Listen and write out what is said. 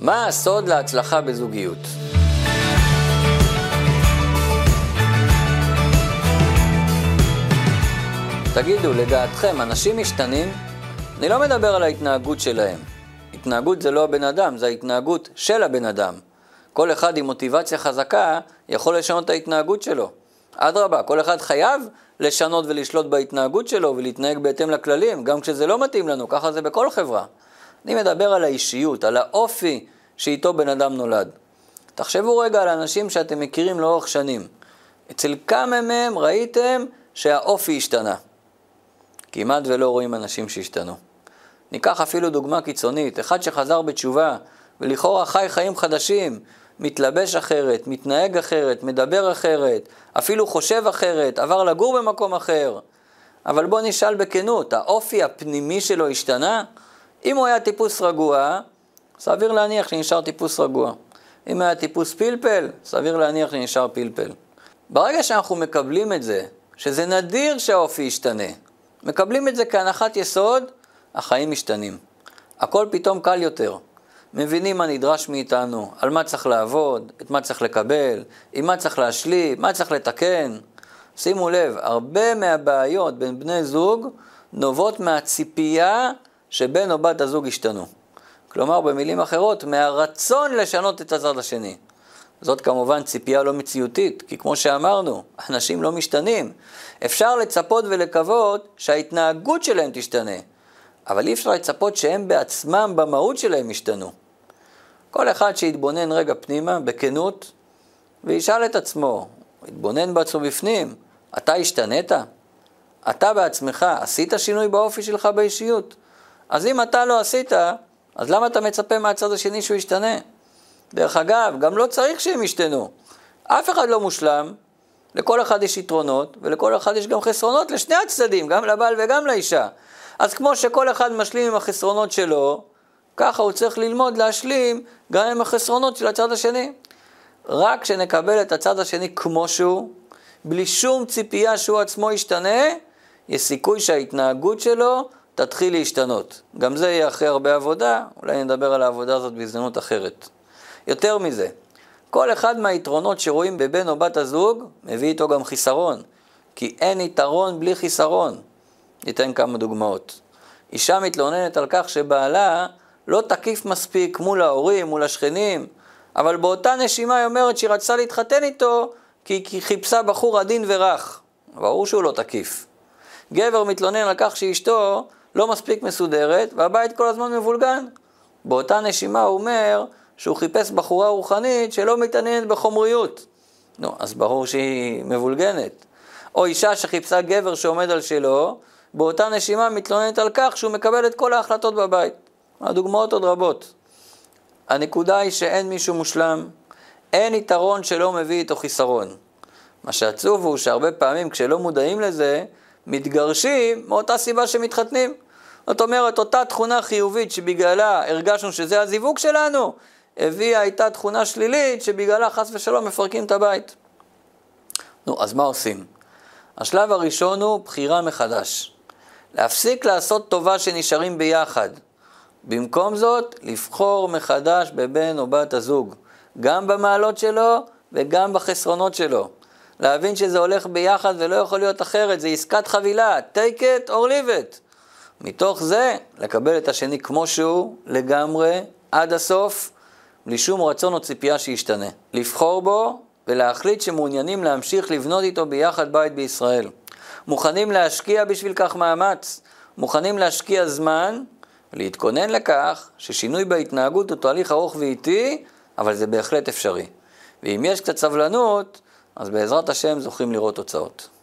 מה הסוד להצלחה בזוגיות? תגידו, לדעתכם, אנשים משתנים? אני לא מדבר על ההתנהגות שלהם. התנהגות זה לא הבן אדם, זה ההתנהגות של הבן אדם. כל אחד עם מוטיבציה חזקה יכול לשנות את ההתנהגות שלו. אדרבה, כל אחד חייב לשנות ולשלוט בהתנהגות שלו ולהתנהג בהתאם לכללים, גם כשזה לא מתאים לנו, ככה זה בכל חברה. אני מדבר על האישיות, על האופי שאיתו בן אדם נולד. תחשבו רגע על אנשים שאתם מכירים לאורך שנים. אצל כמה מהם ראיתם שהאופי השתנה. כמעט ולא רואים אנשים שהשתנו. ניקח אפילו דוגמה קיצונית, אחד שחזר בתשובה ולכאורה חי חיים חדשים, מתלבש אחרת, מתנהג אחרת, מדבר אחרת, אפילו חושב אחרת, עבר לגור במקום אחר. אבל בוא נשאל בכנות, האופי הפנימי שלו השתנה? אם הוא היה טיפוס רגוע, סביר להניח שנשאר טיפוס רגוע. אם היה טיפוס פלפל, סביר להניח שנשאר פלפל. ברגע שאנחנו מקבלים את זה, שזה נדיר שהאופי ישתנה, מקבלים את זה כהנחת יסוד, החיים משתנים. הכל פתאום קל יותר. מבינים מה נדרש מאיתנו, על מה צריך לעבוד, את מה צריך לקבל, עם מה צריך להשלים, מה צריך לתקן. שימו לב, הרבה מהבעיות בין בני זוג נובעות מהציפייה שבן או בת הזוג השתנו. כלומר, במילים אחרות, מהרצון לשנות את הצד השני. זאת כמובן ציפייה לא מציאותית, כי כמו שאמרנו, אנשים לא משתנים. אפשר לצפות ולקוות שההתנהגות שלהם תשתנה, אבל אי אפשר לצפות שהם בעצמם במהות שלהם ישתנו. כל אחד שיתבונן רגע פנימה, בכנות, וישאל את עצמו, יתבונן בעצמו בפנים, אתה השתנית? אתה בעצמך עשית שינוי באופי שלך באישיות? אז אם אתה לא עשית, אז למה אתה מצפה מהצד השני שהוא ישתנה? דרך אגב, גם לא צריך שהם ישתנו. אף אחד לא מושלם, לכל אחד יש יתרונות, ולכל אחד יש גם חסרונות לשני הצדדים, גם לבעל וגם לאישה. אז כמו שכל אחד משלים עם החסרונות שלו, ככה הוא צריך ללמוד להשלים גם עם החסרונות של הצד השני. רק שנקבל את הצד השני כמו שהוא, בלי שום ציפייה שהוא עצמו ישתנה, יש סיכוי שההתנהגות שלו תתחיל להשתנות. גם זה יהיה אחרי הרבה עבודה, אולי נדבר על העבודה הזאת בהזדמנות אחרת. יותר מזה, כל אחד מהיתרונות שרואים בבן או בת הזוג, מביא איתו גם חיסרון. כי אין יתרון בלי חיסרון. ניתן כמה דוגמאות. אישה מתלוננת על כך שבעלה לא תקיף מספיק מול ההורים, מול השכנים, אבל באותה נשימה היא אומרת שהיא רצתה להתחתן איתו, כי היא חיפשה בחור עדין ורך. ברור שהוא לא תקיף. גבר מתלונן על כך שאשתו לא מספיק מסודרת, והבית כל הזמן מבולגן. באותה נשימה הוא אומר שהוא חיפש בחורה רוחנית שלא מתעניינת בחומריות. נו, אז ברור שהיא מבולגנת. או אישה שחיפשה גבר שעומד על שלו, באותה נשימה מתלוננת על כך שהוא מקבל את כל ההחלטות בבית. הדוגמאות עוד רבות. הנקודה היא שאין מישהו מושלם, אין יתרון שלא מביא איתו חיסרון. מה שעצוב הוא שהרבה פעמים כשלא מודעים לזה, מתגרשים מאותה סיבה שמתחתנים. זאת אומרת, אותה תכונה חיובית שבגללה הרגשנו שזה הזיווג שלנו, הביאה הייתה תכונה שלילית שבגללה חס ושלום מפרקים את הבית. נו, אז מה עושים? השלב הראשון הוא בחירה מחדש. להפסיק לעשות טובה שנשארים ביחד. במקום זאת, לבחור מחדש בבן או בת הזוג. גם במעלות שלו וגם בחסרונות שלו. להבין שזה הולך ביחד ולא יכול להיות אחרת. זה עסקת חבילה. Take it or leave it. מתוך זה, לקבל את השני כמו שהוא, לגמרי, עד הסוף, בלי שום רצון או ציפייה שישתנה. לבחור בו ולהחליט שמעוניינים להמשיך לבנות איתו ביחד בית בישראל. מוכנים להשקיע בשביל כך מאמץ. מוכנים להשקיע זמן, להתכונן לכך ששינוי בהתנהגות הוא תהליך ארוך ואיטי, אבל זה בהחלט אפשרי. ואם יש קצת סבלנות, אז בעזרת השם זוכים לראות תוצאות.